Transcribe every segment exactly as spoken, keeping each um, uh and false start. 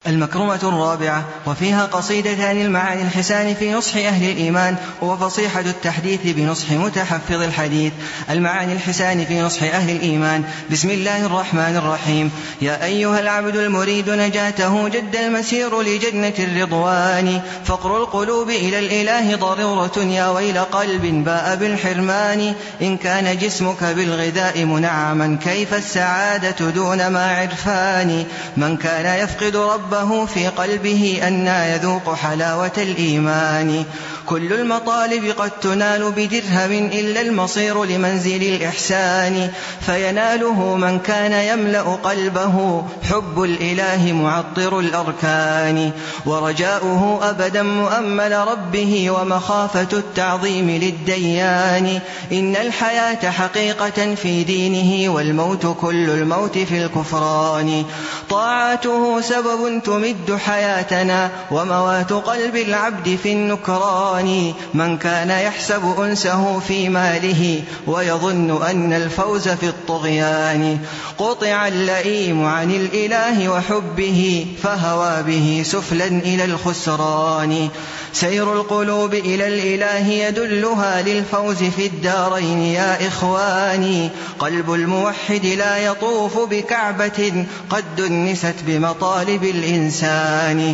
المكرمة الرابعة، وفيها قصيدتان المعاني الحسان في نصح أهل الإيمان، وفصيحة التحديث بنصح متحفظ الحديث. المعاني الحسان في نصح أهل الإيمان. بسم الله الرحمن الرحيم. يا أيها العبد المريد نجاته جد المسير لجنة الرضوان، فقر القلوب إلى الإله ضرورة، يا ويل قلب باء بالحرمان. إن كان جسمك بالغذاء منعما كيف السعادة دون ما عرفان. من كان يفقد ربه في قلبه أنى يذوق حلاوة الإيمان. كل المطالب قد تنال بدرهم إلا المصير لمنزل الإحسان، فيناله من كان يملأ قلبه حب الإله معطر الأركان، ورجاؤه أبدا مؤمل ربه ومخافة التعظيم للديان. إن الحياة حقيقة في دينه والموت كل الموت في الكفران. طاعته سبب تمد حياتنا وموات قلب العبد في النكران. من كان يحسب أنسه في ماله ويظن أن الفوز في الطغيان، قطع اللئيم عن الإله وحبه فهوى به سفلا إلى الخسران. سير القلوب إلى الإله يدلها للفوز في الدارين يا إخواني. قلب الموحد لا يطوف بكعبة قد دنست بمطالب الإنسان،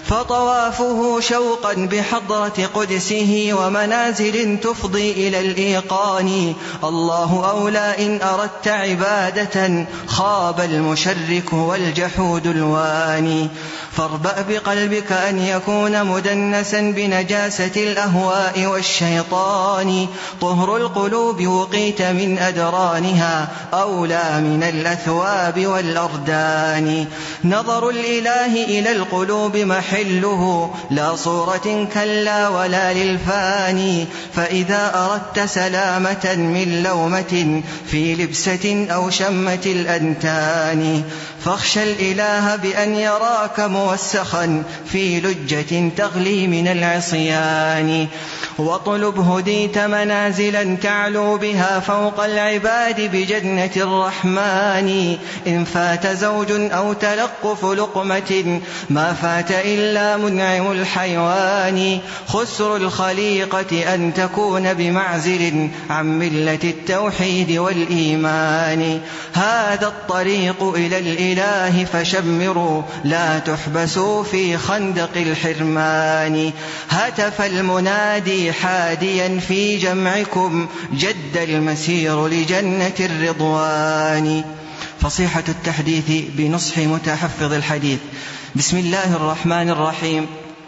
فطوافه شوقا بحضرة قدسه ومنازل تفضي إلى الإيقان. الله أولى إن أردت عبادة، خاب المشرك والجحود الواني. فاربأ بقلبك أن يكون مدنسا بنجاسة الأهواء والشيطان. طهر القلوب وقيت من أدرانها أولى من الأثواب والأردان. نظر الإله إلى القلوب محله لا صورة كلا ولا للفاني. فإذا أردت سلامة من لومة في لبسة أو شمة الأنتان، فاخشى الإله بأن يراك موسخا في لجة تغلي من العصيان. واطلب هديت منازلا تعلو بها فوق العباد بجنة الرحمن. إن فات زوج أو تلقف لقمة ما فات إلا منعم الحيوان. خسر الخليقة أن تكون بمعزل عن ملة التوحيد والإيمان. هذا الطريق إلى الإله فشمروا لا تحبسوا في خندق الحرمان. هتف المنادي حاديا في جمعكم جد المسير لجنة الرضوان. فصيحة التحديث بنصح متحفظ الحديث. بسم الله الرحمن الرحيم.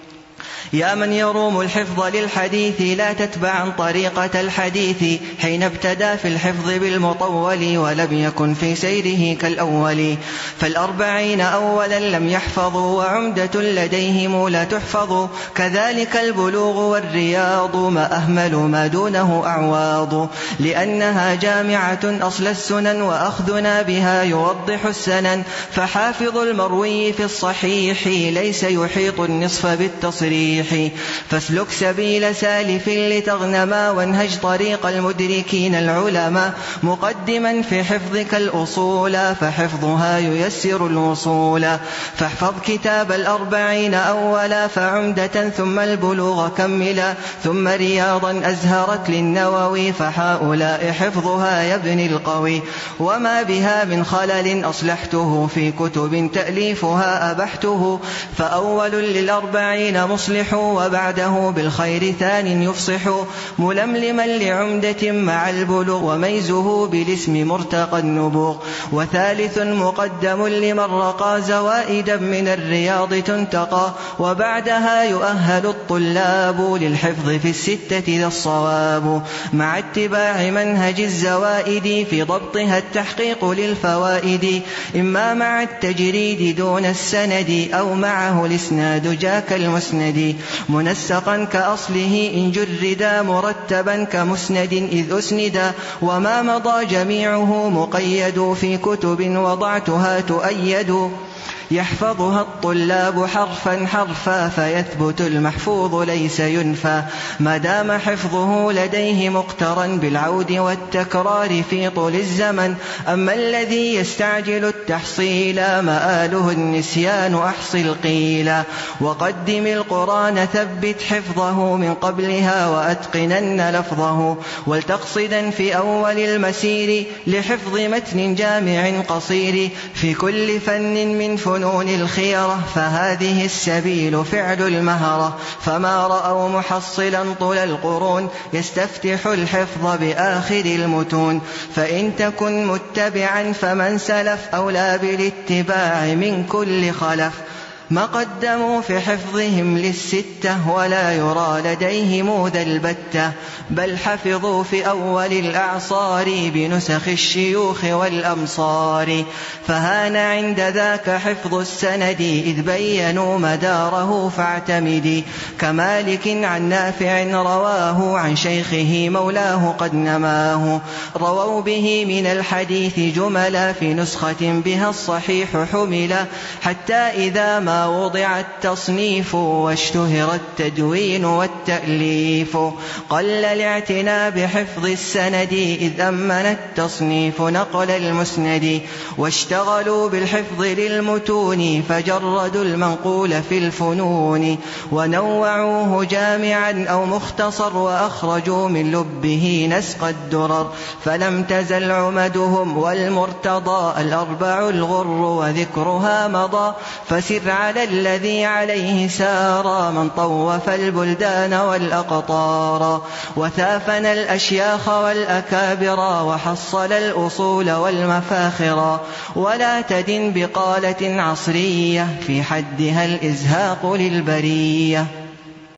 يا من يروم الحفظ للحديث لا تتبعا طريقة الحديث، حين ابتدى في الحفظ بالمطول ولم يكن في سيره كالأول. فالأربعين أولا لم يحفظوا وعمدة لديهم لا تحفظ، كذلك البلوغ والرياض ما أهمل ما دونه أعواض. لأنها جامعة أصل السنن وأخذنا بها يوضح السنن. فحافظ المروي في الصحيح ليس يحيط النصف بالتصريح. فاسلك سبيل سالف لتغنما وانهج طريق المدركين العلماء. مقدما في حفظك الأصول فحفظها ييسر الوصول. فاحفظ كتاب الأربعين أولا فعمدة ثم البلوغ كملا. ثم رياضا أزهرت للنووي فهؤلاء حفظها يبني القوي. وما بها من خلل أصلحته في كتب تأليفها أبحته. فأول للأربعين مصلح وبعده بالخير ثان يفصح. ململما لعمدة مع البلوغ وميزه بالاسم مرتقى النبوغ. وثالث مقدم لمن رقى زوائدا من الرياض تنتقى. وبعدها يؤهل الطلاب للحفظ في الستة ذا الصواب. مع اتباع منهج الزوائد في ضبطها التحقيق للفوائد. إما مع التجريد دون السند أو معه الإسناد جاك المسند. منسقا كأصله إن جردا مرتبا كمسند إذ أسندا. وما مضى جميعه مقيد في كتب وضعتها تؤيد. يحفظها الطلاب حرفا حرفا فيثبت المحفوظ ليس ينفى ما دام حفظه لديه مقترن بالعود والتكرار في طول الزمن. أما الذي يستعجل التحصيل مآله النسيان أحصل قيلا وقدم القرآن ثبت حفظه من قبلها وأتقنن لفظه ولتقصدا في أول المسير لحفظ متن جامع قصير في كل فن من فنون الخيرة فهذه السبيل فعل المهرة. فما رأوا محصلا طول القرون يستفتح الحفظ بآخر المتون فإن تكن متبعا فمن سلف أولى بالاتباع من كل خلف. ما قدموا في حفظهم للستة ولا يرى لديهم ذا البتة بل حفظوا في أول الأعصار بنسخ الشيوخ والأمصار فهان عند ذاك حفظ السند إذ بينوا مداره فاعتمدي كمالك عن نافع رواه عن شيخه مولاه قد نماه رووا به من الحديث جملا في نسخة بها الصحيح حملا حتى إذا ما وضع التصنيف واشتهر التدوين والتأليف قل الاعتناء بحفظ السند إذ أمن التصنيف نقل المسند واشتغلوا بالحفظ للمتون فجردوا المنقول في الفنون ونوعوه جامعا أو مختصر وأخرجوا من لبه نسق الدرر فلم تزل عمدهم والمرتضى الأربع الغر وذكرها مضى فسر على الذي عليه سار من طوف البلدان والأقطار وثافن الأشياخ والأكابر وحصل الأصول والمفاخر ولا تدن بقالة عصرية في حدها الإزهاق للبرية.